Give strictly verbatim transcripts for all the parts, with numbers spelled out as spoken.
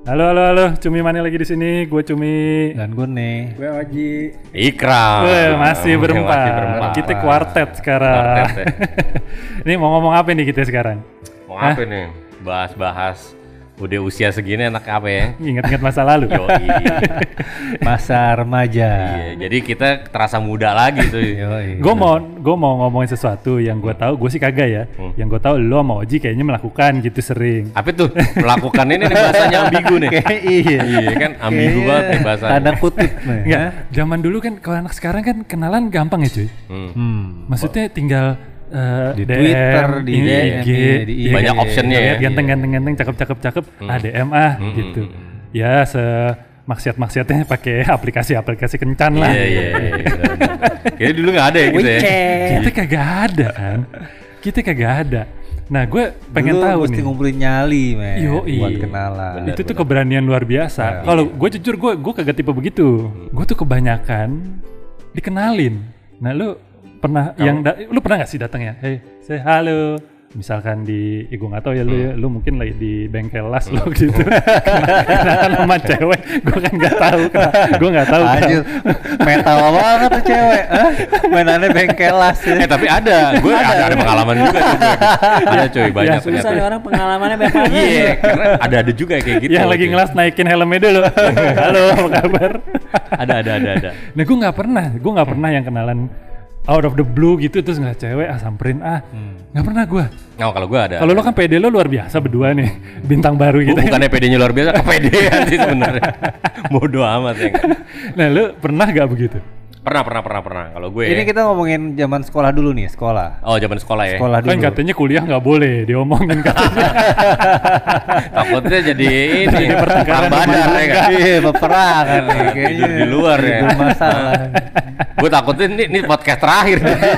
Halo halo halo, Cumi Mani lagi di sini. Gue Cumi dan gue nih. Gue Oji. Ikram. Gue masih berempat. Masih berempat. Kita kuartet sekarang. Kuartet, ya. Ini mau ngomong apa nih kita sekarang? Mau apa nih? Bahas-bahas udah usia segini anak apa ya? Ingat-ingat masa lalu. Yoi. Masa remaja. Iya, jadi kita terasa muda lagi tuh. Gue mau gue mau ngomongin sesuatu yang gue tahu, gue sih kagak ya. Hmm. Yang gue tahu lo sama Oji kayaknya melakukan gitu sering. Apa tuh? Melakukan ini nih bahasanya ambigu nih. Kayak iya. Iya kan ambigu banget nih bahasanya. Tanda kutip nih. Enggak, zaman dulu kan kalau anak sekarang kan kenalan gampang ya cuy. Hmm. Hmm. Maksudnya tinggal Uh, di D M, Twitter, di I G, di ya, banyak optionnya ya. Ganteng-ganteng-ganteng, cakep-cakep-cakep, hmm. A D M ah hmm. gitu. Ya se maksiat-maksiatnya pakai aplikasi-aplikasi kencan lah. Iya iya iya. Kayaknya dulu nggak ada ya gitu ya. Kita kagak ada kan. Kita kagak ada. Nah gue pengen dulu tahu mesti nih. ngumpulin nyali men. Yoi. Buat kenalan. Bener, itu bener. Tuh keberanian luar biasa. Ya. Kalau gue jujur gue gue kagak tipe begitu. Hmm. Gue tuh kebanyakan dikenalin. Nah lu pernah Kalo, yang da- lu pernah nggak sih datang ya, hey say halo, misalkan di, ya gue nggak tahu ya hmm. lu ya, lu mungkin lagi di bengkel las hmm. lo gitu, kenalan sama cewek, gue kan nggak tahu, gue nggak tahu. Anjir, metal banget tuh cewek, eh? Mainannya bengkel las. Ya. Eh tapi ada, gue ada, ada pengalaman juga tuh. Ada coy banyak. Ya, susah nih orang pengalamannya banyak banget. Iya, karena ada ada juga kayak gitu. Yang lagi ngelas naikin helmnya dulu, halo apa kabar? Ada ada ada ada. Nah gue nggak pernah, gue nggak pernah yang kenalan out of the blue gitu terus ngeliat cewek ah samperin ah hmm. nggak pernah gue. Oh kalau gue ada. Kalau lo kan P D lo luar biasa berdua nih bintang baru gitu. Bukannya P D-nya luar biasa, kepedean sih sebenarnya. Bodoh amat ya. Nah lo pernah gak begitu? Pernah pernah pernah pernah. Kalau gue. Ini kita ngomongin zaman sekolah dulu nih sekolah. Oh zaman sekolah ya. Sekolah dulu. Kan katanya kuliah nggak boleh diomongin katanya. Takutnya jadi ini pertengkaran badar ya kan. Iya peperangan nih kayaknya. Di luar ya. Masalah. Gue takutin ini, ini podcast terakhir.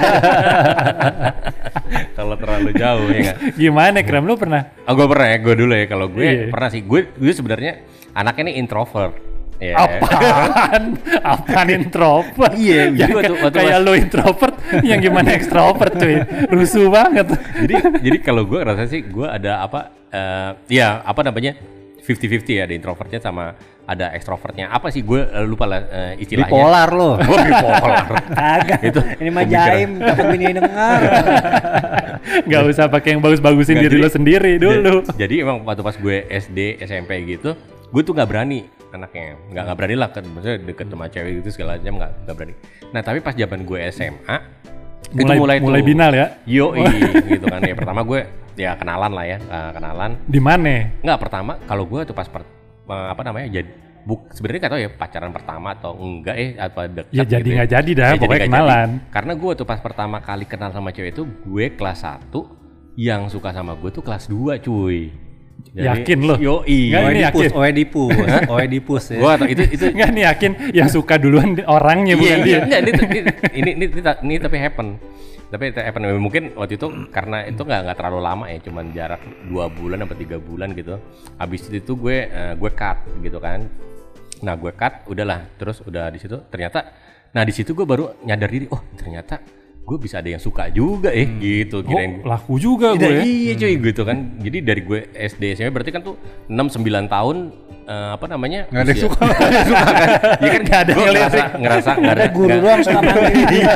Kalau terlalu jauh ya nggak. Gimana Kram, lu pernah? Oh gue pernah ya, gue dulu ya. Kalau gue iya. pernah sih. Gue gue sebenarnya anaknya ini introvert. Yeah. Apaan? Apaan introvert? Iya, ya, waktu, waktu kayak lu introvert, yang gimana ekstrovert cuy? Rusuh banget. Jadi jadi kalau gue rasa sih gue ada apa? Uh, ya apa namanya? fifty fifty ya, ada introvertnya sama ada ekstrovertnya. Apa sih gue uh, lupa lah uh, istilahnya. Bipolar lo. Gue bipolar. Kagak. Itu ini mah jaim, takut bini dengar. Gak usah pakai yang bagus-bagusin diri lo sendiri dulu. Jadi, jadi emang waktu pas gue S D, S M P gitu, gue tuh nggak berani anaknya, nggak nggak berani lah kan, maksudnya deket sama cewek gitu segala macam nggak nggak berani. Nah tapi pas zaman gue S M A, mulai itu mulai mulai tuh, binal ya. Yoi gitu kan ya. Pertama gue ya kenalan lah ya, uh, kenalan. Di mana? Nggak pertama, kalau gue tuh pas per, uh, apa namanya jadi buk sebenarnya nggak tahu ya pacaran pertama atau enggak eh apa dekat. Ya jadi nggak gitu jadi dah, ya, pokoknya kenalan. Jadi. Karena gue tuh pas pertama kali kenal sama cewek itu gue kelas satu, yang suka sama gue tuh kelas dua cuy. Jadi, yakin lo? Yoi. Nggak ini yakin? Oedipus, Oedipus ya. Gua atau itu itu nggak nih yakin yang suka duluan orangnya bukan dia. Iya, ini, ini, ini, ini, ini, ini tapi happen. Tapi happen mungkin waktu itu karena itu nggak nggak terlalu lama ya, cuman jarak dua bulan atau tiga bulan gitu. Habis itu gue uh, gue cut gitu kan. Nah gue cut, udahlah. Terus udah di situ ternyata, nah di situ gue baru nyadar diri, oh ternyata gue bisa ada yang suka juga eh hmm. gitu kirain. Oh, laku juga gue ya. Iya cuy hmm. gitu kan. Jadi dari gue S D S M P berarti kan tuh enam sembilan tahun uh, apa namanya? Enggak ada yang suka. suka kan. Ya kan enggak ada yang ngerasa ngerasa enggak ada guru doang suka manggil.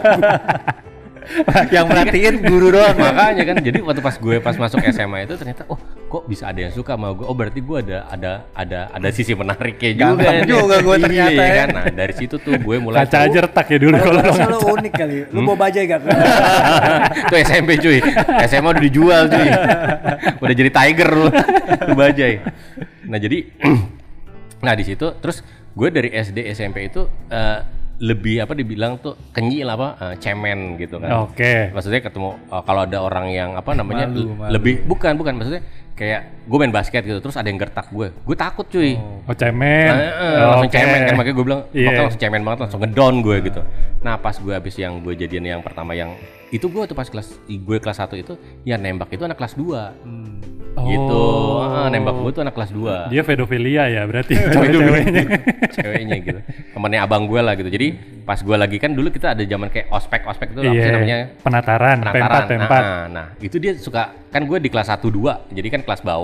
Yang merhatiin guru doang. Makanya kan jadi waktu pas gue pas masuk S M A itu ternyata oh kok bisa ada yang suka sama gue. Oh berarti gue ada ada ada ada sisi menariknya juga. Gampang juga gue ternyata iya, ya. Kan. Nah dari situ tuh gue mulai kaca aja retak ya dulu kalau lo. Lu unik kali. Lu bawa bajai gak? Tuh S M P cuy. S M A udah dijual cuy. Udah jadi tiger lu. Tuh bajai. Nah jadi nah di situ terus gue dari S D S M P itu uh, lebih apa dibilang tuh kenyil apa uh, cemen gitu kan. Oke. Okay. Maksudnya ketemu uh, kalau ada orang yang apa namanya malu, malu. lebih bukan bukan maksudnya kayak gue main basket gitu terus ada yang gertak gue. Gue takut cuy. Oh, oh cemen. Nah, uh, langsung okay. cemen kan makanya gue bilang yeah. bakal langsung cemen banget langsung ngedown gue gitu. Nah, pas gue habis yang gue jadian yang pertama yang itu gue tuh pas kelas gue kelas satu itu ya nembak itu anak kelas dua. Hmm. Gitu. Ah, nembak gue tuh anak kelas dua. Dia pedofilia ya berarti cewek-ceweknya. Ceweknya gitu. Temannya abang gue lah gitu. Jadi pas gue lagi kan dulu kita ada zaman kayak ospek-ospek itu apa sih namanya? Penataran, Penataran. P empat. Nah, nah, nah, itu dia suka kan gue di kelas satu dua. Jadi kan kelas bawah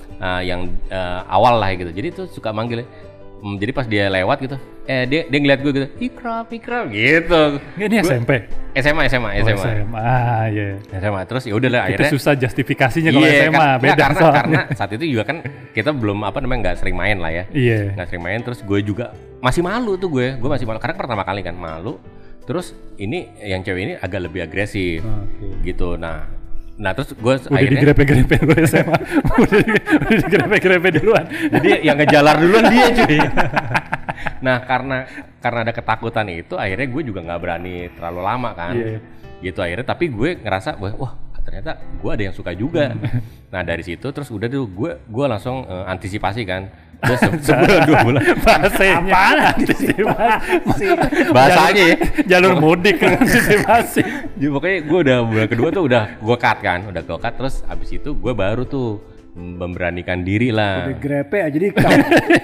uh, yang uh, awal lah gitu. Jadi tuh suka manggil. Hmm, jadi pas dia lewat gitu, eh dia dia ngeliat gue gitu, Ikram, Ikram gitu. Ini S M P. S M A, S M A, S M A. Oh, S M A, ya. S M A. Terus ya udah lah akhirnya. Itu susah justifikasinya kalau iya, S M A, kan, beda ya, karena, soalnya. karena saat itu juga kan kita belum apa namanya nggak sering main lah ya. Iya. Nggak sering main, terus gue juga masih malu tuh gue, gue masih malu karena pertama kali kan malu. Terus ini yang cewek ini agak lebih agresif, Oke. gitu. Nah, nah terus gue Udah akhirnya digrepe-grepe gue S M A. udah, di- udah digrepe-grepe duluan. jadi yang ngejalar duluan dia cuy. Nah karena karena ada ketakutan itu, akhirnya gue juga nggak berani terlalu lama kan, Iya. gitu akhirnya. Tapi gue ngerasa, wah, wah ternyata gue ada yang suka juga. Nah dari situ terus udah tuh gue gue langsung uh, antisipasi kan. Terus se- sebulan dua bulan. Bahasanya. Apaan antisipasi? Bahasanya ya. Jalur mudik kan antisipasi. Jadi pokoknya gue udah bulan kedua tuh udah gue cut kan, udah gue cut. Terus abis itu gue baru tuh memberanikan diri lah. Udah grepe aja di kau.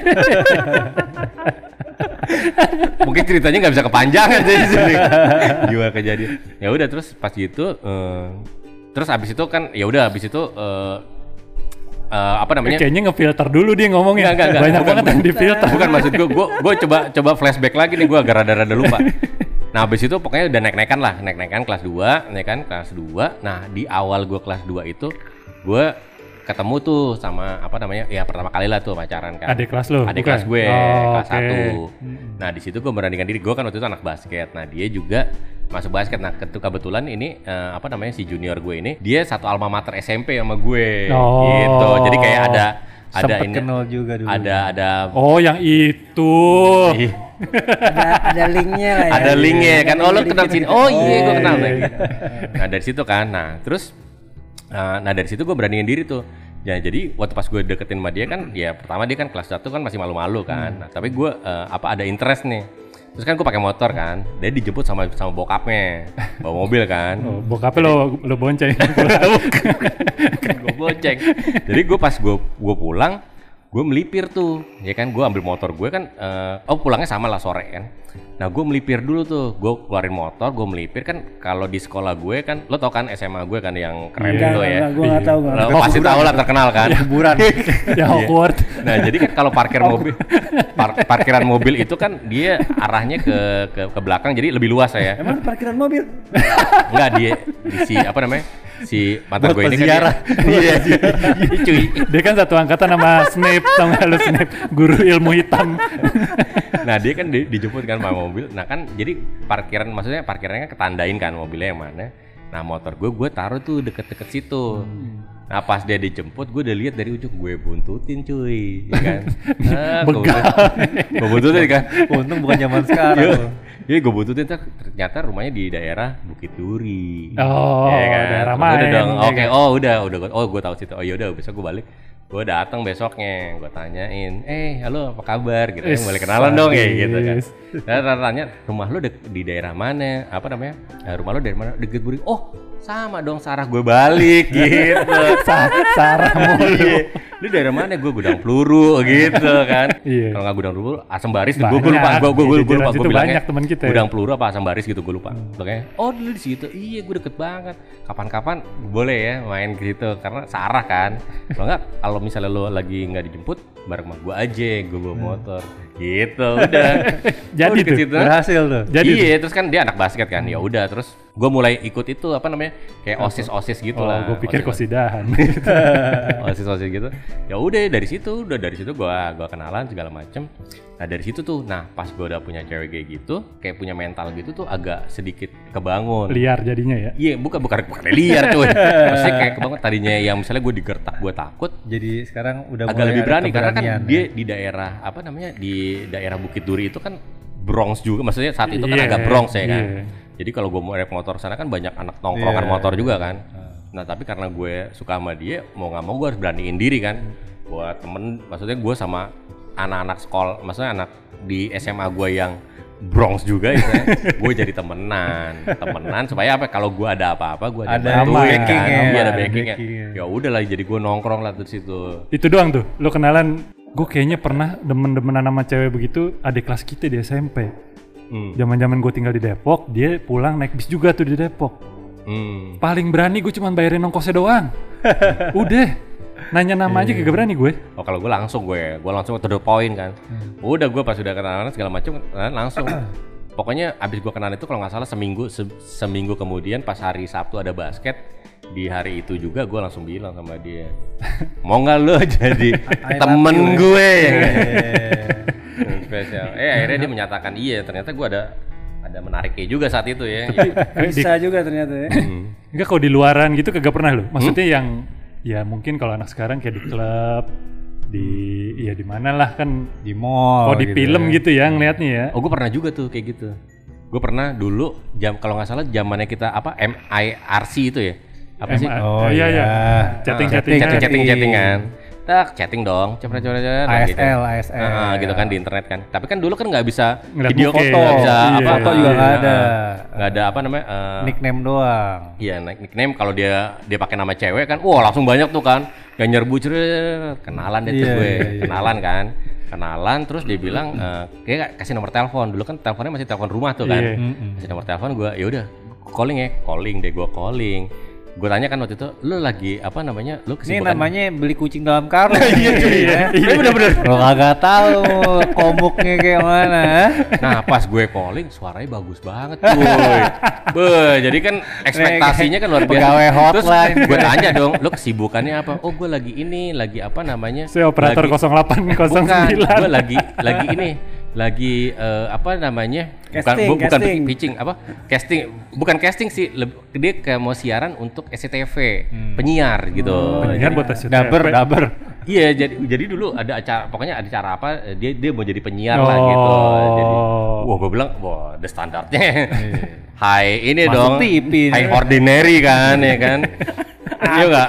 Mungkin ceritanya nggak bisa kepanjangan sih di sini. Gimana kejadian? Ya udah terus pas gitu, eh, terus abis itu kan ya udah abis itu eh, eh, apa namanya? Kayaknya ngefilter dulu dia ngomongnya. Enggak, enggak, enggak. Banyak Bukan, banget yang bukan. difilter. Bukan maksud gue, gue gue coba coba flashback lagi nih, gue agak rada-rada lupa. Nah abis itu pokoknya udah naik-naikan lah, naik-naikan kelas dua, naik kan kelas dua. Nah di awal gue kelas dua itu, gue ketemu tuh sama apa namanya, ya pertama kali lah tuh pacaran kan. Adik kelas lo? Adik Bukan? kelas gue, Oh, kelas oke. satu. Nah di situ gue beranikan diri, gue kan waktu itu anak basket. Nah dia juga masuk basket. Nah ketu- kebetulan ini eh, apa namanya si junior gue ini, dia satu alma mater S M P sama gue, Oh. gitu. Jadi kayak ada ada Sempet ini, kenal juga dulu. ada ada Oh yang itu. Ih, ada ada linknya lah ya. ada linknya kan. Oh lo link kenal gitu. sini. Oh iya gue kenal. iya, Nah, iya. gitu. Nah dari situ kan. Nah terus uh, nah dari situ gue beraniin diri tuh. Ya jadi waktu pas gue deketin sama dia kan, ya pertama dia kan kelas satu kan masih malu-malu kan. Nah tapi gue uh, apa ada interest nih. Terus kan gue pakai motor kan. Dia dijemput sama sama bokapnya, bawa mobil kan. Oh, bokapnya lo lo bonceng. Gue bonceng. Jadi gue pas gue gue pulang, gue melipir tuh, ya kan gue ambil motor gue kan, uh, oh pulangnya sama lah sore kan. Nah gue melipir dulu tuh, gue keluarin motor, gue melipir kan. Kalau di sekolah gue kan, lo tau kan S M A gue kan yang keren Iya. itu ya. Enggak, gue nggak tahu nggak. Lo pasti tahu lah, terkenal kan. Kuburan. Yang awkward. Nah jadi kan kalau parkir mobil, par- parkiran mobil itu kan dia arahnya ke ke, ke belakang, jadi lebih luas ya. Emang parkiran mobil? Enggak dia di si apa namanya si mantan Buat gue ini kan peziarah. dia- iya iya, cuy. Dia kan satu angkatan sama Snape, tau gak lu Snape, guru ilmu hitam. Nah dia kan di, dijemput kan sama mobil. Nah kan jadi parkiran, maksudnya parkirannya ketandain kan mobilnya yang mana. Nah motor gue gue taruh tuh deket-deket situ. Nah pas dia dijemput gue udah lihat dari ujung, gue buntutin cuy, ya kan. Ah, Begal. gue buntutin kan. Untung bukan zaman sekarang. loh. Iya gue buntutin, ternyata rumahnya di daerah Bukit Duri. Oh, daerah Udah main, dong. ya Oke, kan? oh udah, udah. Oh gue tahu situ. Oh yaudah, besok gue balik. Gue datang besoknya, gue tanyain, eh halo apa kabar gitu, Is, eh, boleh kenalan dong ya gitu kan. sadis. Dan tanya rumah lu de- di daerah mana, apa namanya, nah, rumah lu dari mana, deket Buri. Oh sama dong, Sarah gue balik gitu. Sa- Sarah mulu. Iya. Lu daerah mana? Gue Gudang Peluru gitu kan. Iya. Kalau nggak Gudang Peluru, Asam Baris. Gue Banyak. lupa, gue gue Di gue jajaran lupa, situ gue bilangnya. banyak teman kita ya. Gudang Peluru apa Asam Baris gitu, gue lupa. Makanya, oh dulu di situ. Iya, gue deket banget. Kapan-kapan boleh ya main ke situ, karena Sarah kan. Kalau nggak, kalau misalnya lo lagi nggak dijemput, bareng sama gue aja, gue bawa motor. Gitu, udah. Jadi Oh, deket tuh, situ. Berhasil tuh. Jadi iya, terus kan dia anak basket kan. Ya udah, terus gue mulai ikut itu apa namanya? Kayak osis-osis gitu oh, lah. gue pikir Osis- kosidahan. osis-osis gitu. Ya udah dari situ, udah dari situ gua gua kenalan segala macem. Nah dari situ tuh, nah pas gua udah punya cewek kayak gitu, kayak punya mental gitu tuh agak sedikit kebangun. Liar jadinya ya. Iya, bukan bukan bukan liar cuy. Maksudnya kayak kebangun tadinya yang misalnya gue digertak, gue takut, Jadi sekarang udah agak mulai lebih ada berani karena kan keberanian, dia ya. di daerah apa namanya, di daerah Bukit Duri itu kan Bronx juga, maksudnya saat itu kan Iya, agak Bronx ya kan. iya. Jadi kalau gue mau naik motor sana kan banyak anak nongkrongan Iya. motor juga kan. Nah tapi karena gue suka sama dia, mau nggak mau gue harus beraniin diri kan. Buat temen, maksudnya gue sama anak-anak sekolah, maksudnya anak di S M A gue yang Bronx juga ya, gue jadi temenan, temenan supaya apa? Kalau gue ada apa-apa, gue ada, Ada bantuin backing kan, ya, iya, ada ada backingnya. backingnya. Ya udahlah, jadi gue nongkrong lah di situ. Itu doang tuh. Lo kenalan, gue kayaknya pernah demen-demenan sama cewek begitu, adik kelas kita di S M P. Hmm. Zaman-zaman gue tinggal di Depok, dia pulang naik bis juga tuh di Depok. Hmm. Paling berani gue cuma bayarin ongkosnya doang. Udah. Nanya nama aja kagak berani gue. Oh kalau gue langsung gue, gue langsung to the point kan. Udah gue pas udah kenalan segala macam langsung. Pokoknya abis gue kenalan itu kalau nggak salah seminggu se- seminggu kemudian pas hari Sabtu ada basket, di hari itu juga gue langsung bilang sama dia, mau nggak lo jadi temen gue? Spesial. Eh akhirnya dia menyatakan iya. Ternyata gue ada ada menariknya juga saat itu ya. Bisa juga ternyata ya. Enggak, kalau di luaran gitu kagak pernah lo. Maksudnya yang ya mungkin kalau anak sekarang kayak di klub, di ya di mana lah kan, Di mall. oh di gitu film ya. gitu ya ngeliatnya ya. Oh gue pernah juga tuh kayak gitu. Gue pernah dulu jam kalau nggak salah zamannya kita apa M I R C itu ya. Apa sih? Oh iya iya. iya. Chatting Ah, chatting Chatting chatting chattingan. Tak chatting dong, cepet cepet cepet. A S L, A S L. Ah, gitu kan di internet kan. Tapi kan dulu kan nggak bisa Ngeliat video muka. foto, nggak bisa Iya. apa Foto juga nggak ada. nggak ada apa namanya? eh, Nickname doang. Iya, nick- nickname kalau dia dia pakai nama cewek kan, wah langsung banyak tuh kan. Gak nyerbu ceret, kenalan deh tuh Iya, gue, iya, iya. kenalan kan. Kenalan terus dia bilang eh, kayak kasih nomor telepon. Dulu kan teleponnya masih telepon rumah tuh kan. Iya. Kasih nomor telepon gue, ya udah calling ya, calling deh gue calling. Gue tanya kan waktu itu, lu lagi apa namanya? Lu Ini kesibukan? namanya beli kucing dalam karung. Iya cuy. Iya bener-bener. Lo kagak tahu komuknya kayak mana. Nah pas gue calling suaranya bagus banget cuy. Be, jadi kan ekspektasinya kan luar biasa. Pegawai hotline. Terus gue tanya dong, lu kesibukannya apa? Oh gue lagi ini, lagi apa namanya? Saya operator Lagi- nol delapan nol Bukan, sembilan. gue lagi lagi ini, lagi eh, apa namanya? Casting, bukan, bu- bukan casting. pitching, apa? Casting, bukan casting sih, leb- dia kayak mau siaran untuk S C T V, penyiar gitu. Penyiar buat S C T V. Daber, daber. Iya, jadi jadi dulu ada acara, pokoknya ada acara apa, eh, dia dia mau jadi penyiar lah Oh. gitu. Jadi, wah gue bilang, wah, the standarnya, high ini Masuk dong, T V nih. high ordinary kan, ya kan, iya nggak?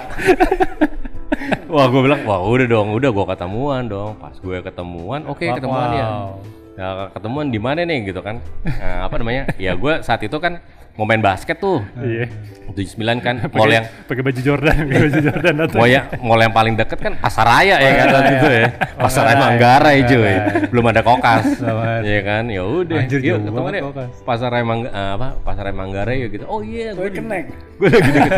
Wah gue bilang, wah udah dong, udah gue ketemuan dong. Pas gue ketemuan, oke Wow. ketemuan ya. Ya ketemuan di mana nih gitu kan? Nah, apa namanya? Ya gue saat itu kan mau main basket tuh, Iya. tujuh sembilan kan, mall yang Pakai baju Jordan, pakai baju Jordan datang. Mall yang, mall yang paling deket kan Pasar Raya ya kan waktu itu ya. Pasar Raya Manggarai cuy. Belum ada kokas. Iya kan? Ya udah. Anjir, Yuk jauh ketemu banget deh. Kokas. Pasar Raya Mangga eh, apa? Pasar Raya Manggarai ya gitu. Oh iya, Gue gue di- connect. gue lagi deket.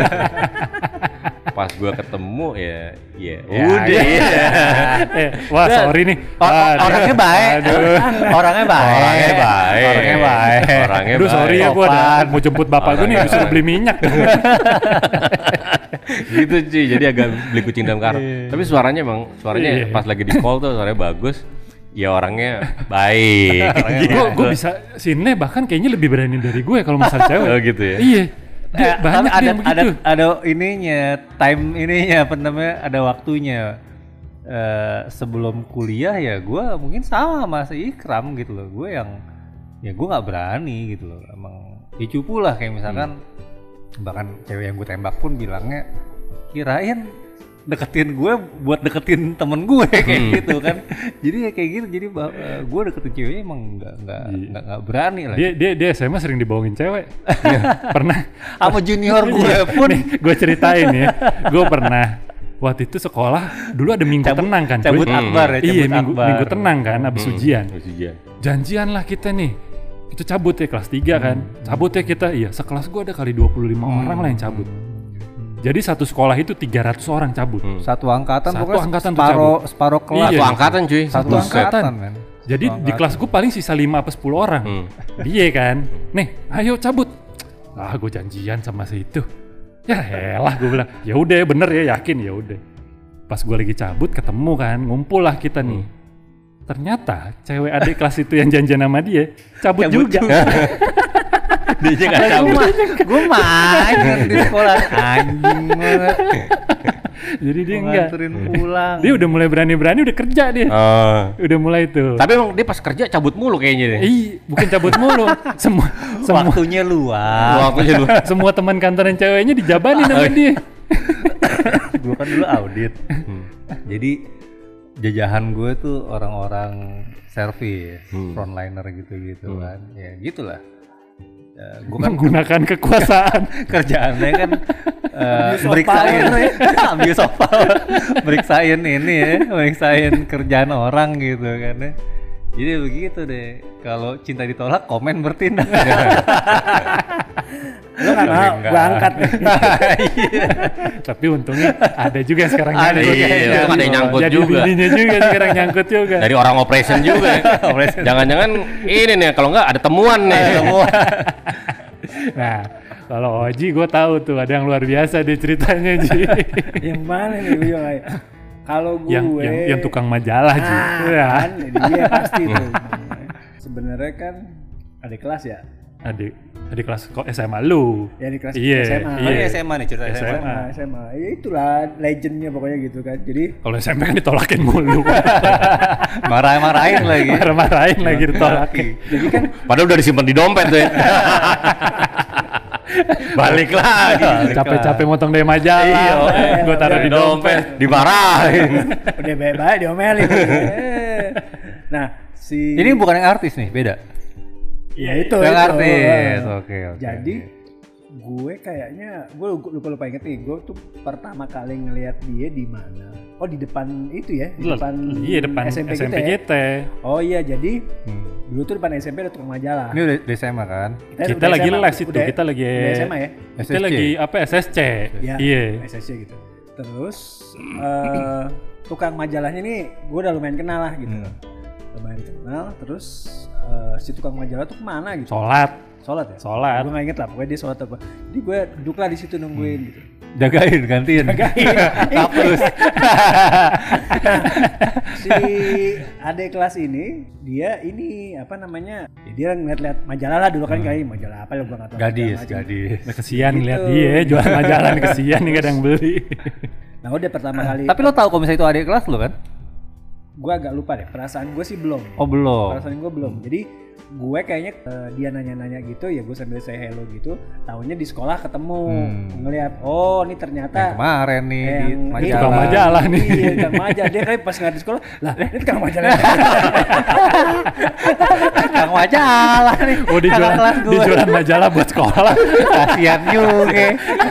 Pas gue ketemu ya, ya, Ya, udah. Eh, wah sorry nih. O- o- Aduh. orangnya baik. Aduh. Orangnya baik. Orangnya baik. Orangnya baik. Orangnya Aduh sorry ya, gue ada Sopan. mau jemput bapak gue nih disuruh beli minyak. Gitu cuy, jadi agak beli kucing dalam karung. Tapi suaranya emang, suaranya Iya. pas lagi di call tuh suaranya bagus. Ya orangnya baik. Gue gue bisa sini bahkan kayaknya lebih berani dari gue kalau masalah cewek. Oh gitu ya. Iya. Dia Eh, banyak ada, dia yang ada, begitu. ada ininya, time ininya apa namanya, ada waktunya. Eh, sebelum kuliah ya gue mungkin sama sama si Ikram gitu loh. Gue yang ya gue nggak berani gitu loh. Emang ya cupu lah kayak misalkan bahkan cewek yang gue tembak pun bilangnya kirain deketin gue buat deketin temen gue kayak gitu kan. Jadi ya kayak gitu. Jadi bah- eh, gue deketin ceweknya emang nggak nggak nggak nggak berani lah. Dia dia dia S M A sering dibohongin cewek. Pernah. Sama junior gue pun Nih, gue ceritain ya. Gue pernah waktu itu sekolah dulu ada minggu Cabut- tenang kan. cabut cuy. akbar ya, Iya, cabut minggu akbar. minggu tenang kan habis ujian. Ujian. Janjian lah kita nih. Kita cabut ya kelas tiga kan. Cabut ya kita. Iya, sekelas gue ada kali dua puluh lima orang lah yang cabut. Jadi satu sekolah itu tiga ratus orang cabut. satu angkatan Satu pokoknya angkatan tuh separuh cabut. separuh kelas. Iya. Satu angkatan cuy. Satu Buset. angkatan kan. Jadi di kelas gue paling sisa lima apa sepuluh orang. Hmm. Dia kan. Nih, ayo cabut. Ah, gue janjian sama si itu. Ya elah gue bilang, ya udah bener ya, yakin ya udah. Pas gue lagi cabut ketemu kan, ngumpul lah kita nih. Ternyata cewek adik kelas itu yang janjian sama dia cabut, Cabut juga. juga. Dia aja nggak cabut. Gue main di sekolah anjing banget. Jadi dia Gua enggak. nganterin pulang. Dia udah mulai berani-berani udah kerja dia. Oh. Udah mulai tuh. Tapi emang dia pas kerja cabut mulu kayaknya deh. Ih, bukan cabut mulu. semua semua Waktunya luang. Waktunya lu. semua teman kantoran ceweknya dijabanin sama dia. Gue kan dulu audit. Jadi jajahan gue tuh orang-orang service, frontliner gitu-gitu kan. Ya gitulah. Ya, gue kan Menggunakan kekuasaan. kerjaannya kan eh, meriksain abuse of power. meriksain ini ya, meriksain kerjaan orang gitu kan ya. Jadi begitu deh, kalau cinta ditolak komen bertindak. Lu nggak mau, gua angkat. Tapi untungnya ada juga sekarang Ada, nyangkut. iya, untung ada yang nyangkut Jadi juga. bininya juga sekarang nyangkut juga. Dari orang operation juga. Jangan-jangan ini nih, kalau nggak ada temuan nih. Temuan. Nah, kalau Oji gue tahu tuh ada yang luar biasa deh ceritanya Ji. Yang mana nih Uyo? Kalau gue yang, yang yang tukang majalah Ji. ah, Ya. kan, dia pasti tuh. Sebenarnya kan adik kelas ya. Adik adik kelas kok S M A lu. Ya di kelas Iya, S M A. iya. Oh, ini S M A nih cerita S M A. S M A. S M A, S M A. Ya itulah legendnya pokoknya gitu kan. Jadi Kalau S M P kan ditolakin mulu. Marah-marahin lagi. Marah-marahin lagi ditolakin. jadi kan Padahal udah disimpan di dompet tuh ya. Balik lagi. Capek-capek motong dari majalah. Iya, gue taruh di dompet. dimarahin. udah bebas diomelin. Eh. Nah, si Ini bukan yang artis nih, beda. ya itu Yang itu. artis. Oke, oke. Jadi gue kayaknya gue lupa lupa inget nih, gue tuh pertama kali ngelihat dia di mana? Oh di depan itu ya, di depan Iya depan S M P, S M P kita ya. kita. Oh iya jadi Hmm. dulu tuh depan S M P ada tukang majalah. Ini udah di S M A kan? Kita udah lagi S M A, les itu, udah- kita lagi udah S M A ya. Kita S S C. lagi apa S S C. Ya, Iya. S S C gitu. Terus eh, tukang majalahnya nih gue udah lumayan kenal lah gitu. Hmm. Lumayan kenal. Terus eh, si tukang majalah tuh kemana gitu? Sholat. Sholat ya? Sholat. Gue gak inget lah, pokoknya dia sholat apa. Jadi gue duduklah di situ nungguin gitu. Jagain, gantiin. Kapus. Si adik kelas ini, dia ini apa namanya? Ya dia ngeliat-liat majalah lah dulu kan, kayak majalah apa ya gue nggak tahu. Gadis, segala macam. gadis. Nah, kesian Gitu. ngeliat dia jual majalah nih, kesian nih gak ada yang beli. Nah udah pertama kali. Tapi lo tahu kalau misalnya itu adik kelas lo kan? Gue agak lupa deh. Perasaan gue sih belum. Oh belum. Perasaan gue belum. Jadi gue kayaknya eh, dia nanya-nanya gitu ya gue sambil say hello gitu. Taunya di sekolah ketemu, Hmm. ngeliat oh ini ternyata Yang kemarin nih di yang majalah. tukang majalah nih. Iya, tukang majalah. Dia kayak pas ngeliat di sekolah, lah ini tukang majalah. Tukang majalah nih. Oh dijual, Kakak kelas gue. dijualan majalah buat sekolah. Kasian juga.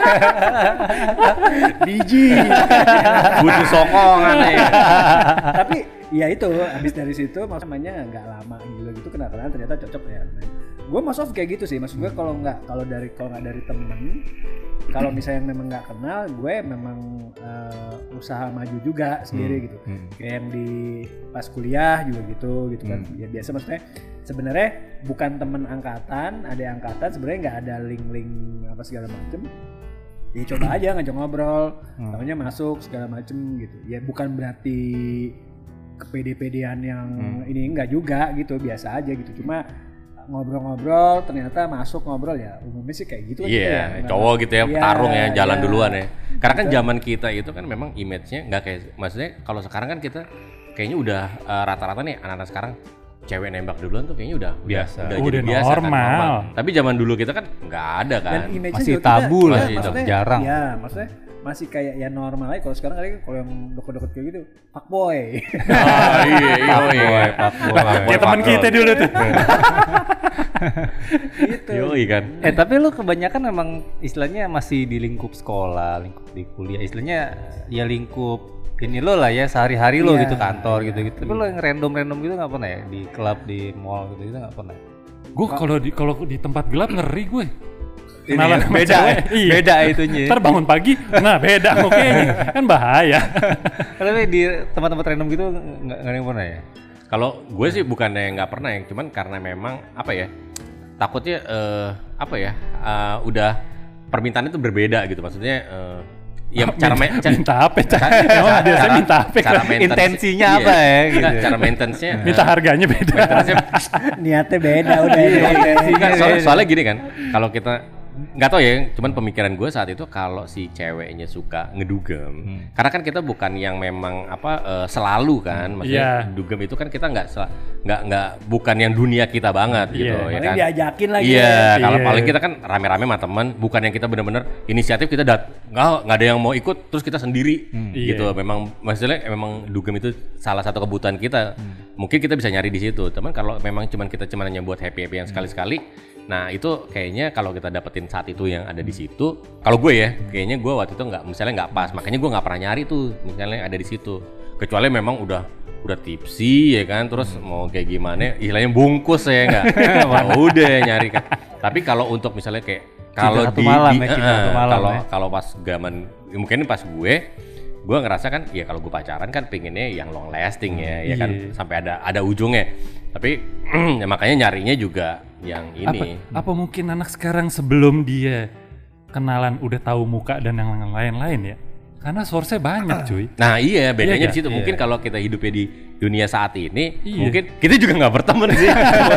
Biji. Butuh sokongan nih. Tapi ya itu, abis dari situ maksudnya nggak lama juga gitu kenal-kenalan ternyata cocok ya. Gue mas of kayak gitu sih, maksud gue kalau nggak kalau dari kalau nggak dari temen, kalau misalnya memang nggak kenal, gue memang uh, usaha maju juga sendiri gitu. Hmm. Kayak yang di pas kuliah juga gitu gitu kan. Hmm. Ya biasa maksudnya sebenarnya bukan temen angkatan, ada yang angkatan sebenarnya nggak ada link-link apa segala macem. Ya coba aja ngajak ngobrol, Hmm. tahunya masuk segala macem gitu. Ya bukan berarti kepede-pedean yang Hmm. ini enggak juga gitu, biasa aja gitu. Cuma ngobrol-ngobrol ternyata masuk ngobrol ya umumnya sih kayak gitu kan. Iya, gitu ya. Nggak- cowok gitu ya, Iya, petarung ya, jalan iya. duluan ya. Karena kan Gitu. zaman kita itu kan memang image-nya nggak kayak, maksudnya kalau sekarang kan kita kayaknya udah eh, rata-rata nih anak-anak sekarang cewek nembak duluan tuh kayaknya udah Biasa. udah, Udah jadi biasa kan, normal. Tapi zaman dulu kita kan nggak ada kan. Dan image-nya Masih juga kita- tabu kita lah, maksudnya- jarang. Ya, maksudnya masih kayak ya normal aja. Kalau sekarang kali kalau yang deket-deket kayak gitu, fuckboy. Ah, iya, iya, iya. Kayak teman kita dulu tuh. gitu. Yoi kan. Eh tapi lu kebanyakan memang istilahnya masih di lingkup sekolah, lingkup di kuliah. Istilahnya ya lingkup ini lo lah ya sehari-hari lo Iya, gitu kantor iya, gitu-gitu. Tapi lo yang random-random gitu nggak pernah ya di klub, di mall gitu-gitu nggak pernah. Gue kalau di kalau di tempat gelap ngeri gue. Ini Kenalan ya, sama beda, cewek, iya. beda itunya. Ntar bangun pagi, nah beda oke kan bahaya. Tapi di tempat-tempat random gitu nggak nggak ada yang pernah ya. Kalau gue sih bukannya nggak pernah ya, cuman karena memang apa ya, takutnya eh, apa ya, eh, udah permintaan itu berbeda gitu, maksudnya eh, ya cara main, minta, minta apa? Cara, emang biasanya minta apa? cara maintenance- Intensinya iya. apa ya, gitu. Nggak, cara maintenance-nya Minta harganya beda. maintenance-nya Niatnya beda udah. Iya, Nggak, soalnya, soalnya gini kan, kalau kita nggak tahu ya, cuman pemikiran gue saat itu kalau si ceweknya suka ngedugem, Hmm. karena kan kita bukan yang memang apa eh, selalu kan, maksudnya Iya. dugem itu kan kita nggak sel- nggak nggak bukan yang dunia kita banget gitu Iya. ya Paling kan. diajakin lagi. Iya, ya. kalau Iya. paling kita kan rame-rame sama teman, bukan yang kita benar-benar inisiatif kita dat nggak nggak ada yang mau ikut terus kita sendiri gitu. Iya. Memang maksudnya memang dugem itu salah satu kebutuhan kita. Mungkin kita bisa nyari di situ. Teman kalau memang cuman kita cuman hanya buat happy-happy yang sekali-sekali, nah itu kayaknya kalau kita dapetin saat itu yang ada di situ, kalau gue ya kayaknya gue waktu itu nggak, misalnya nggak pas, makanya gue nggak pernah nyari tuh misalnya yang ada di situ, kecuali memang udah udah tipsi ya kan, terus mau kayak gimana istilahnya bungkus ya nggak. Nah, udah nyari kan. Tapi kalau untuk misalnya kayak kalau satu di, malam di ya, cinta uh, satu malam kalau ya. kalau pas zaman mungkin pas gue gue ngerasa kan ya kalau gue pacaran kan pengennya yang long lasting ya ya kan Iya. sampai ada ada ujungnya tapi ya makanya nyarinya juga yang Apa, ini apa mungkin anak sekarang sebelum dia kenalan udah tahu muka dan yang lain-lain ya? Karena source-nya banyak cuy. nah iya bedanya Iya, di situ iya. mungkin kalau kita hidupnya di dunia saat ini Iya. mungkin kita juga nggak berteman sih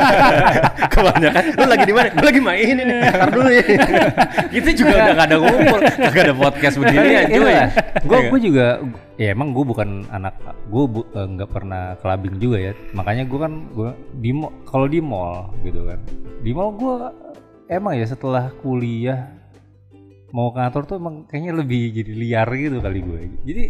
kebanyakan lu lagi di mana gue lagi main ini ntar dulu ya kita juga udah gak ada ngumpul gak ada podcast begini ya cuy Gue gue juga ya emang gue bukan anak gue bu, eh, nggak pernah clubbing juga ya. Makanya gue kan gue di mall- kalau di mall gitu kan. Di mall gue emang ya setelah kuliah mau ke kantor tuh emang kayaknya lebih jadi liar gitu kali gue. Jadi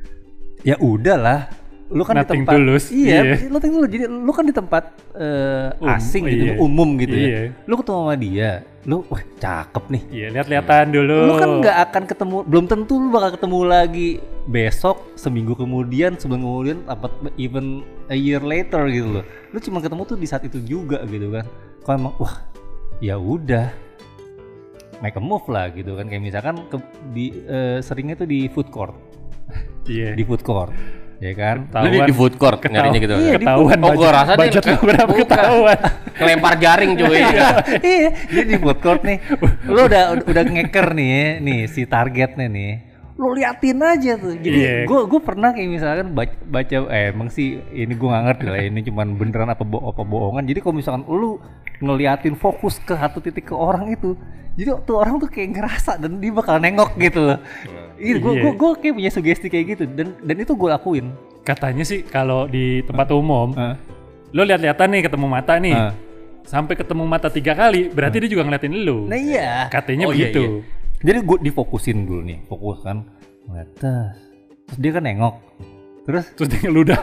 ya udahlah, lu kan Nothing di tempat tulus, iya, iya. lu tinggal jadi lu kan di tempat eh, Um, asing gitu, iya. umum gitu Iya. ya. Lu ketemu sama dia, lu wah cakep nih. Iya, lihat-lihatan dulu. Lu kan nggak akan ketemu, belum tentu lu bakal ketemu lagi besok, seminggu kemudian, sebulan kemudian, apa even a year later gitu loh. Lu cuma ketemu tuh di saat itu juga gitu kan. Kalau emang wah ya udah make a move lah gitu kan, kayak misalkan ke, di eh, seringnya tuh di food court, Iya. di food court, ya kan? lu di, di food court Ketahuan. nyarinya gitu Iya, di Ketahuan. oh gua rasa dia budget lu berapa bukan. ketahuan. kelempar jaring cuy Iya, jadi di food court nih, lu udah udah ngeker nih, ya, nih si targetnya nih, lu liatin aja tuh. Jadi Iya. gue gue pernah kayak misalkan baca, baca eh emang sih ini gue nggak ngerti lah ini cuman beneran apa bo apa bohongan. Jadi kalau misalkan lu ngeliatin fokus ke satu titik ke orang itu, jadi tuh orang tuh kayak ngerasa dan dia bakal nengok gitu loh. Iya, gue Iya. gue gue kayak punya sugesti kayak gitu dan dan itu gue lakuin. Katanya sih kalau di tempat umum, Heeh. lu lihat-lihatan nih ketemu mata nih. Heeh. Sampai ketemu mata tiga kali, berarti dia juga ngeliatin lu. Nah iya. Katanya Oh, iya, begitu. Jadi gue difokusin dulu nih, fokus kan, ngeliat tas. Terus dia kan nengok, terus Terus dia ngeludah.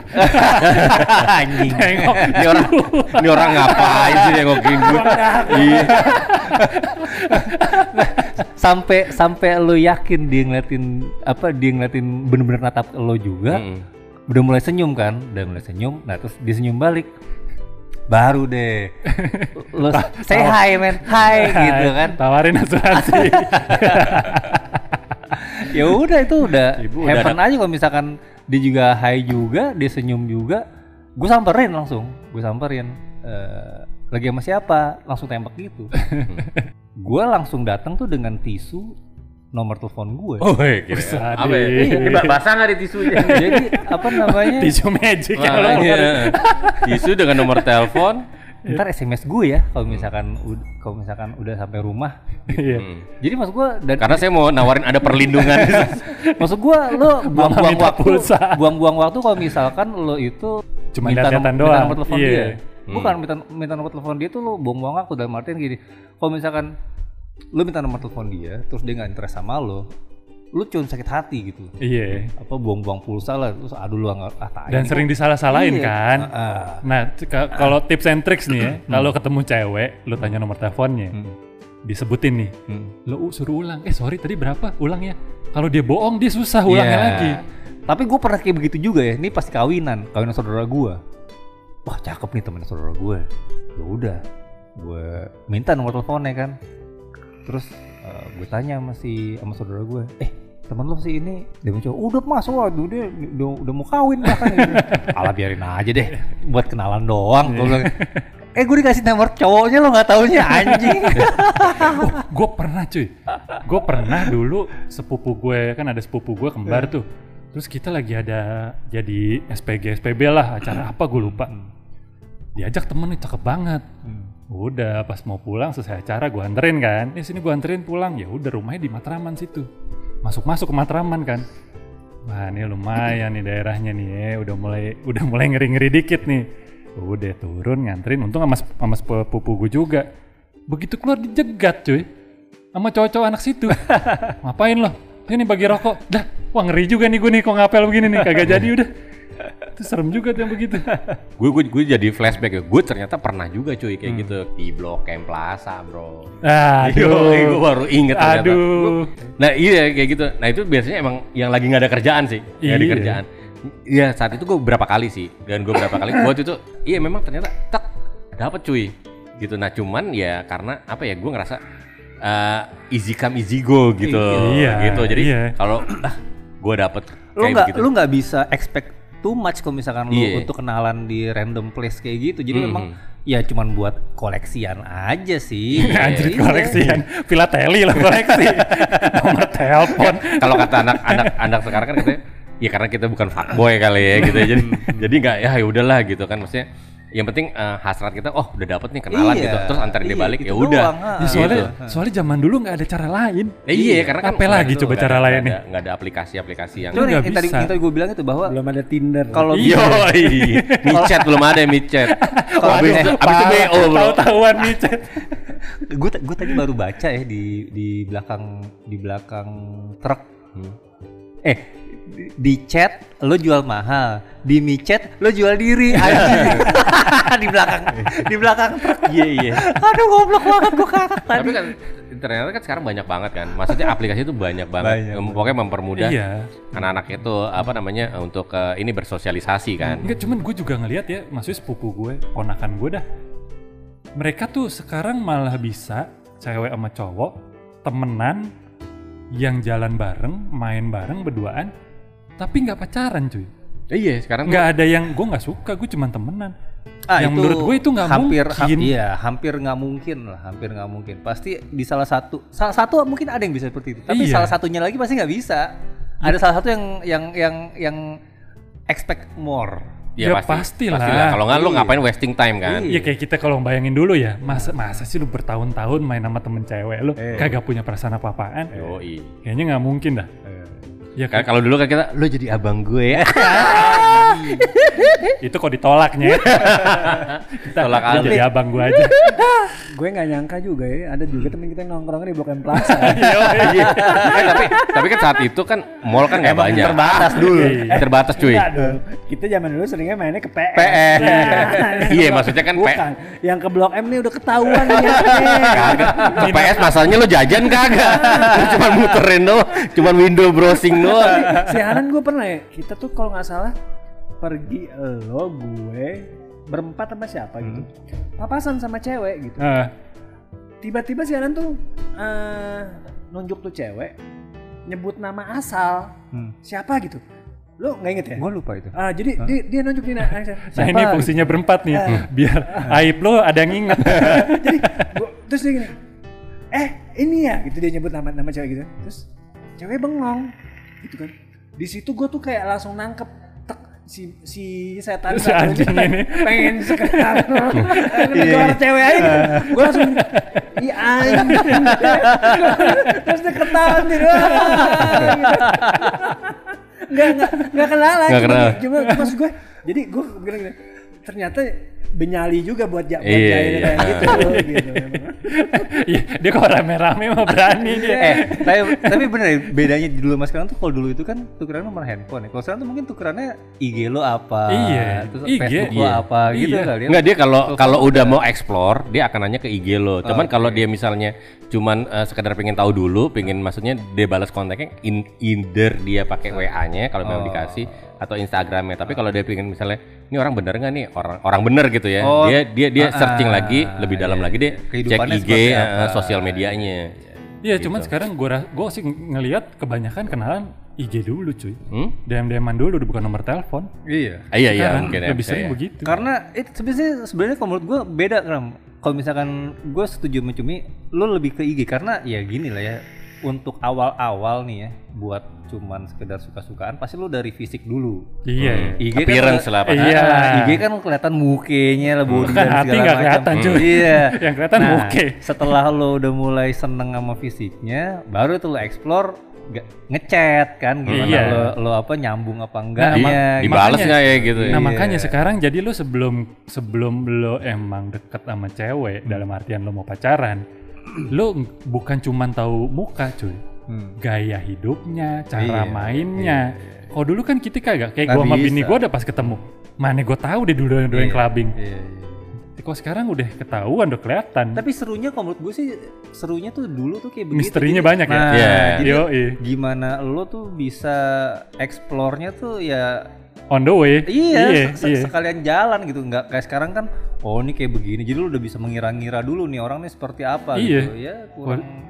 anjing. Nengok. ini orang ini orang ngapain sih nengokin gue iya sampai sampai lo yakin dia ngeliatin apa dia ngeliatin bener-bener natap lo juga, Mm. udah mulai senyum kan, udah mulai senyum, nah terus dia senyum balik, baru deh lo say hi man, hi gitu kan. Tawarin asuransi. Ya udah itu udah Ibu udah happen aja kalau misalkan dia juga hi juga, dia senyum juga, gue samperin langsung, gue samperin eh, lagi sama siapa, langsung tembak gitu. Gue langsung datang tuh dengan tisu, nomor telepon gue. oh iya kira Besar apa ya deh. ini basah nggak di tisunya Jadi apa namanya? Tisu magic ya lo. Makanya, tisu dengan nomor telepon Ntar S M S gue ya kalau misalkan ud- kalau misalkan udah sampai rumah. Iya. Hmm. Jadi maksud gue dan Karena saya mau nawarin ada perlindungan. maksud gue lo buang-buang minta waktu, pulsa. buang-buang waktu kalau misalkan lo itu Cuma minta, lihat-lihatan nom- minta doang. nomor telepon Iya. dia. Hmm. Bukan minta minta nomor telepon dia tuh lo buang-buang waktu, dalam artian gini. Kalau misalkan lo minta nomor telepon dia, terus dia nggak interest sama lo, lo cuma sakit hati gitu. Iya. Apa buang-buang pulsa lah, terus aduh lu nggak ah tai. Dan ini sering kok- disalah-salahin Iya. kan. Ah. Nah, c- ka- kalau tips and tricks nih ya, kalau ketemu cewek, lu tanya nomor teleponnya, Hmm. disebutin nih, Hmm. lu uh, suruh ulang. Eh sorry tadi berapa? Ulang ya. Kalau dia bohong dia susah ulangnya Iya. lagi. Tapi gue pernah kayak begitu juga ya. Ini pas kawinan, kawinan saudara gue. Wah cakep nih temen saudara gue. Ya udah, gue minta nomor teleponnya kan. Terus uh, gue tanya sama si sama saudara gue, eh temen lo sih ini dia mau coba, udah masuk waduh dia udah, udah mau kawin bahkan gitu. Alah biarin aja deh, buat kenalan doang. Gue bilang, eh gue dikasih nomor cowoknya lo nggak taunya anjing. Gue pernah cuy, gue pernah dulu sepupu gue, kan ada sepupu gue kembar tuh. Terus kita lagi ada jadi S P G S P B lah, acara apa gue lupa. Diajak temennya cakep banget. Udah pas mau pulang selesai acara gue anterin kan. Di sini gue anterin pulang. Ya udah rumahnya di Matraman situ. Masuk-masuk ke Matraman kan. Wah ini lumayan nih daerahnya nih ya. Udah mulai udah mulai ngeri-ngeri dikit nih. Udah turun nganterin. Untung sama sama sepupu gue juga. Begitu keluar dijegat cuy. Sama cowok-cowok anak situ. Ngapain lo? Ini bagi rokok. Dah, wah ngeri juga nih gue nih kok ngapel begini nih. Kagak jadi udah. Itu serem juga tuh yang begitu. gue gue gue jadi flashback ya. Gue ternyata pernah juga cuy kayak gitu di Blok M Plaza, bro. Aduh. gue baru inget ternyata. Aduh. Nah iya kayak gitu. Nah itu biasanya emang yang lagi nggak ada kerjaan sih, nggak ada Iya. kerjaan. Iya saat itu gue berapa kali sih, dan gue berapa kali waktu itu, iya memang ternyata tak dapat cuy, gitu. Nah cuman ya karena apa ya, gue ngerasa uh, easy come easy go gitu. Iya, gitu. Jadi iya. kalau ah gue dapet Lu kayak nggak begitu. lu nggak bisa expect too much kalau misalkan lu Iya. untuk kenalan di random place kayak gitu. Jadi Mhm. memang ya cuman buat koleksian aja sih. Anjir Iya. koleksian, filateli lah koleksi, nomor telepon. Kalau kata anak-anak anak sekarang kan katanya, ya karena kita bukan fuckboy kali ya gitu. Jadi jadi nggak ya ya udahlah gitu kan, maksudnya yang penting uh, hasrat kita oh udah dapet nih kenalan Iya, gitu, terus antar dia iya, balik gitu ya udah. doang, ah. Ya, soalnya Gitu. soalnya zaman dulu nggak ada cara lain. Eh, iya, karena kan Apa lagi itu coba nggak cara ada- lain nggak nih? ada- nggak ada aplikasi-aplikasi yang Cuman yang, Nggak yang tadi bisa. yang tadi gue bilang itu bahwa Belum ada Tinder. kalau Iya. Yoi, micet belum ada micet. Abis, abis itu B O bro. Tahu-tahuan nih chat. gue gue tadi baru baca ya di di belakang di belakang truk. Hmm. Eh di, di chat lo jual mahal, di micet lo jual diri. Anjing. di belakang di belakang truk. Iya iya. Aduh goblok banget gue kakak tadi. Tapi kan ternyata kan sekarang banyak banget kan. Maksudnya aplikasi itu banyak banget. Banyak. Mem- Pokoknya mempermudah Iya. anak-anak itu apa namanya untuk uh, ini bersosialisasi kan. Enggak, cuman gue juga ngelihat ya, maksudnya sepupu gue, ponakan gue dah. Mereka tuh sekarang malah bisa cewek sama cowok temenan yang jalan bareng, main bareng berduaan, tapi nggak pacaran cuy. Eh, iya sekarang tuh- Nggak ada yang gue nggak suka, gue cuman temenan. Ah, yang itu menurut gue itu nggak hampir, mungkin. ha- iya, hampir nggak mungkin lah, hampir nggak mungkin. Pasti di salah satu, salah satu mungkin ada yang bisa seperti itu. Tapi Iya. salah satunya lagi pasti nggak bisa. Ada salah satu yang yang yang yang expect more. Ya, pastilah. Kalau nggak lu Iya. ngapain wasting time kan? Iya kayak kita kalau bayangin dulu ya, masa masa sih lu bertahun-tahun main sama temen cewek lu Eh. kagak punya perasaan apa-apaan? Yoi. Kayaknya nggak mungkin dah. Ya Kan kan kalau dulu kan kita lu jadi abang gue ya. itu kok ditolaknya. Kita Tolak lu alih. jadi abang gue aja. Gue nggak nyangka juga ya, ada juga temen kita yang nongkrongnya di Blok M Plaza. Iya. Eh, tapi tapi kan saat itu kan mall kan nggak banyak. Terbatas dulu. Iya. Terbatas cuy. Enggak dong. Kita zaman dulu seringnya mainnya ke P S. P S. Nah, Iya, maksudnya kan P- bukan. Yang ke Blok M nih udah ketahuan nih. Kagak. Ke P S masalahnya lo jajan kagak. Lu cuma muterin doang, cuma window browsing doang. Siaran gue pernah ya, kita tuh kalau nggak salah pergi lo gue berempat sama siapa gitu, papasan sama cewek gitu. Ah, Tiba-tiba siaran tuh eh, nunjuk tuh cewek, nyebut nama asal Hmm. siapa gitu. Lo nggak inget ya? Gue lupa itu. Ah, jadi dia, dia nunjuk nih nah, nah ini fungsinya berempat nih, Ah. biar aib lo ada yang inget. Jadi gua, terus dia gini, eh ini ya, gitu dia nyebut nama nama cewek gitu. Terus cewek bengong, gitu kan. Di situ gue tuh kayak langsung nangkep tek, si si setan Si anjing ini. pengen sekedar negor cewek aja gitu. Gue langsung iya anjing. Terus dia ketawa nih. Nggak, nggak, nggak kenal lagi. Nggak kenal. Cuma, cuma maksud gue, jadi gue bilang gini, ternyata benyali juga buat ja, buat Iya, jahil iya. kayak gitu. gitu. Iya, dia kok rame-rame mah berani dia. Eh, tapi tapi bener ya, bedanya di dulu sama sekarang tuh kalau dulu itu kan tukeran nomor handphone ya. Kalau sekarang tuh mungkin tukerannya I G lo apa, Iya, terus I G, Facebook lo iya. apa gitu Iya. kali ya. Enggak, dia kalau Telepon kalau udah udah. mau explore dia akan nanya ke I G lo. Cuman Oke. kalau dia misalnya cuman eh, sekedar pengen tahu dulu, pengen maksudnya dia balas kontaknya in, either dia pakai W A-nya kalau memang Oh. dikasih atau Instagramnya. Tapi kalau dia pengen misalnya ini orang bener nggak nih orang orang bener gitu ya. Oh, dia dia dia ah, searching lagi ah, lebih dalam iya, lagi dia iya. cek Kehidupannya I G seperti eh, apa. sosial medianya. Iya, Gitu. cuman sekarang gue gue sih ngelihat kebanyakan kenalan I G dulu cuy. Hmm? D M-D M-an dulu udah bukan nomor telepon. Iya. Ah, iya iya Sekarang mungkin ya, lebih bisa sering ya. begitu. Karena itu sebenarnya sebenarnya kalau menurut gue beda Kram. Kalau misalkan gue setuju sama Cumi, lo lebih ke I G karena ya gini lah ya. Untuk awal-awal nih ya, buat cuman sekedar suka-sukaan, pasti lo dari fisik dulu. Iya. I G Appearance kan, lah pasti. Iya. I G kan kelihatan mukenya lah, body Kan dan hati segala nggak macam. kelihatan, cuy. Iya. Yang kelihatan nah, muke. Setelah lo udah mulai seneng sama fisiknya, baru tuh lo explore nge- ngechat kan gimana Iya. lo lo apa nyambung apa Nah, enggaknya. mak- Dibales makanya- nggak ya gitu ya? Nah Iya. makanya sekarang jadi lu sebelum sebelum lo emang deket sama cewek dalam artian lo mau pacaran, lo ng- bukan cuman tahu muka cuy, Hmm. gaya hidupnya, cara Iya, mainnya. Kalau dulu kan kita kagak kayak Nggak gua sama bisa. bini gua udah pas ketemu, mana gua tahu deh dulu dulu yang Iya, clubbing. iya, iya. Kok sekarang udah ketahuan, udah kelihatan. Tapi serunya kalau menurut gue sih serunya tuh dulu tuh kayak begitu. Misterinya Jadi- banyak ya? Nah, Iya. jadi Yoi. gimana lo tuh bisa explore-nya tuh ya On the way. iya, se- iya. sekalian jalan gitu, nggak kayak sekarang kan oh ini kayak begini. Jadi lo udah bisa mengira-ngira dulu nih orang nih seperti apa Iya. gitu. Ya kurang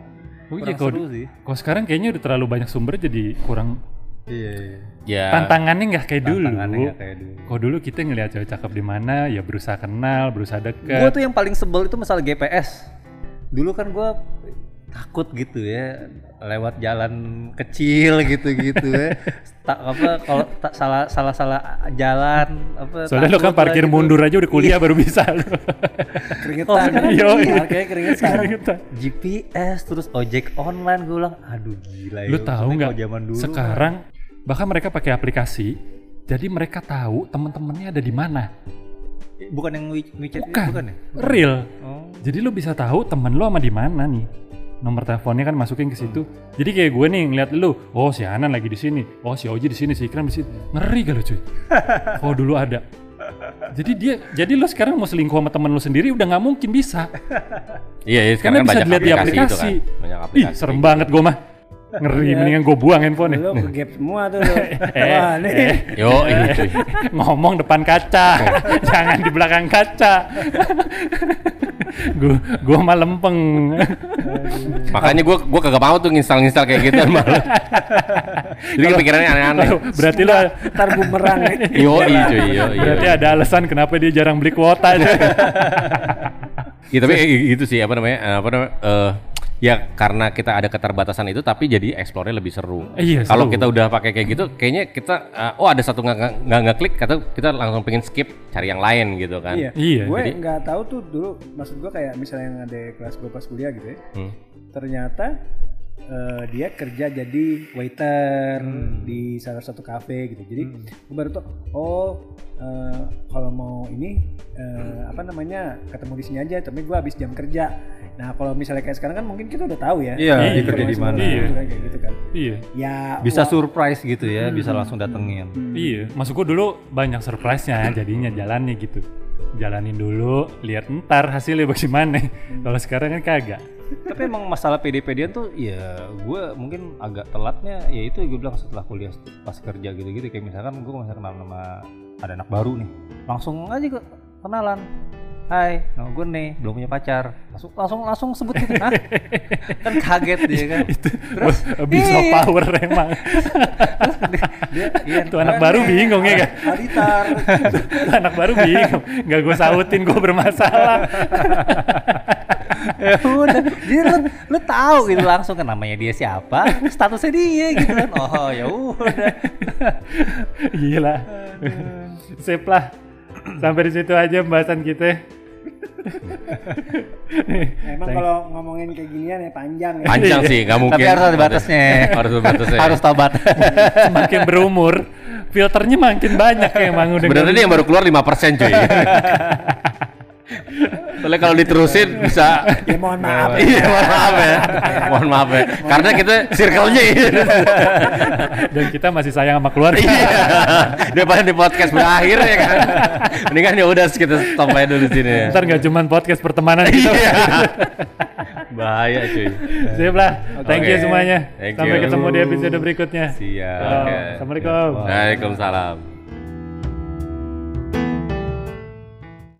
Oh iya, kurang kalau seru di- sih. kalau sekarang kayaknya udah terlalu banyak sumber jadi kurang Iya, iya. Ya. tantangannya nggak kayak dulu. Tantangannya nggak kayak dulu. Kalau dulu kita ngeliat cewek cakep di mana, ya berusaha kenal, berusaha Gue deket. tuh yang paling sebel itu masalah G P S. Dulu kan gue takut gitu ya lewat jalan kecil gitu-gitu ya. Tak apa kalau tak salah salah salah jalan apa. Soalnya lo kan takut lah parkir gitu. mundur aja udah kuliah baru bisa lo. Keringetan. Yo, Iya, kayak keringetan. Keringetan. G P S terus ojek online gue bilang aduh gila Lu ya. tahu Maksudnya nggak? kalau zaman dulu Sekarang bahkan mereka pakai aplikasi, jadi mereka tahu teman-temannya ada di mana. mah- bukan yang We- WeChat itu, Bukan, bukan ya? real. Oh. Jadi lu bisa tahu temen lu sama di mana nih. Nomor teleponnya kan masukin ke situ. Jadi kayak gue nih ngeliat lu, oh si Anan lagi di sini, oh si Oji di sini, si Ikram di sini. Ngeri gak lu cuy? Oh dulu ada. Jadi dia, jadi lu sekarang mau selingkuh sama temen lu sendiri udah nggak mungkin bisa. Iya, iya, Karena sekarang bisa banyak dilihat di aplikasi itu aplikasi. kan. Banyak Ih aplikasi. serem banget gue mah. Ngeri, Iya. mendingan gue buang handphone Lu ke gap semua tuh. Lu. Wah, nih. Yo, ini cuy. Ngomong depan kaca, jangan di belakang kaca. Gue gue mah lempeng. Makanya gua gua kagak mau tuh nginstal-nginstal kayak gitu malah. Jadi kepikirannya aneh-aneh. Berarti lo Ntar bumerang ya. Yo, iya cuy, yo, iya. berarti ada alasan kenapa dia jarang beli kuota. Ya, tapi kayak gitu sih apa namanya? eh, Apa namanya? eh, ya karena kita ada keterbatasan itu tapi jadi explore-nya lebih seru. Iya, Kalau seru. kita udah pakai kayak gitu kayaknya kita eh, oh ada satu nggak nggak nggak klik atau kita langsung pengen skip cari yang lain gitu kan. Iya. Iya, Gue jadi- nggak tahu tuh dulu, maksud gue kayak misalnya yang ada kelas gue pas kuliah gitu ya. Hmm. Ternyata eh, dia kerja jadi waiter di salah satu kafe gitu. Jadi gue baru tuh, oh eh, kalau mau ini eh, apa namanya ketemu di sini aja. Tapi gue habis jam kerja. Nah kalau misalnya kayak sekarang kan mungkin kita udah tahu ya. Iya, dia kerja di mana. Iya. Gitu kan, kayak gitu kan. Iya, Ya Bisa wah, surprise gitu ya, bisa langsung datengin. iya. Maksud gue dulu banyak surprise-nya, jadinya jalannya gitu. Jalanin dulu, lihat ntar hasilnya bagaimana. Kalau sekarang kan kagak. Tapi emang masalah P D P D-an tuh ya gue mungkin agak telatnya ya itu gue bilang setelah kuliah pas kerja gitu-gitu kayak misalkan gue misalnya kenal sama ada anak baru nih langsung aja ke kenalan. Hai, nama gue nih, belum punya pacar. Langsung langsung langsung sebut gitu. Hah? Kan kaget dia kan. Terus Abuse of "Ih." power emang. dia iya, Tuh anak baru bingung ya kan? Aditar. Tuh anak baru bingung. Nggak gue sautin, gue bermasalah. ya udah jadi lu, lu tahu gitu langsung kan namanya dia siapa statusnya dia gitu kan oh ya udah Gila. Sip lah. Sampai di situ aja pembahasan kita. Emang kalau ngomongin kayak ginian ya panjang ya. Panjang sih, nggak mungkin. tapi harus ada batasnya Harus ada batasnya. harus tahu batas Semakin berumur, filternya makin banyak ya emang udah. Sebenarnya ini yang baru keluar lima persen cuy. Soalnya kalau diterusin bisa Ya mohon maaf. Iya, mohon maaf ya. Mohon maaf ya. Karena kita circle-nya ini. Dan kita masih sayang sama keluarga. Iya. Daripada di podcast berakhir ya kan. Mendingan ya udah kita stop aja dulu di sini ya. Ntar nggak cuman podcast pertemanan kita. Iya. Bahaya cuy. Sip lah. Thank you Oke. semuanya. Thank Sampai you. ketemu di episode berikutnya. Siap. Oh, Oke. Assalamualaikum. Waalaikumsalam.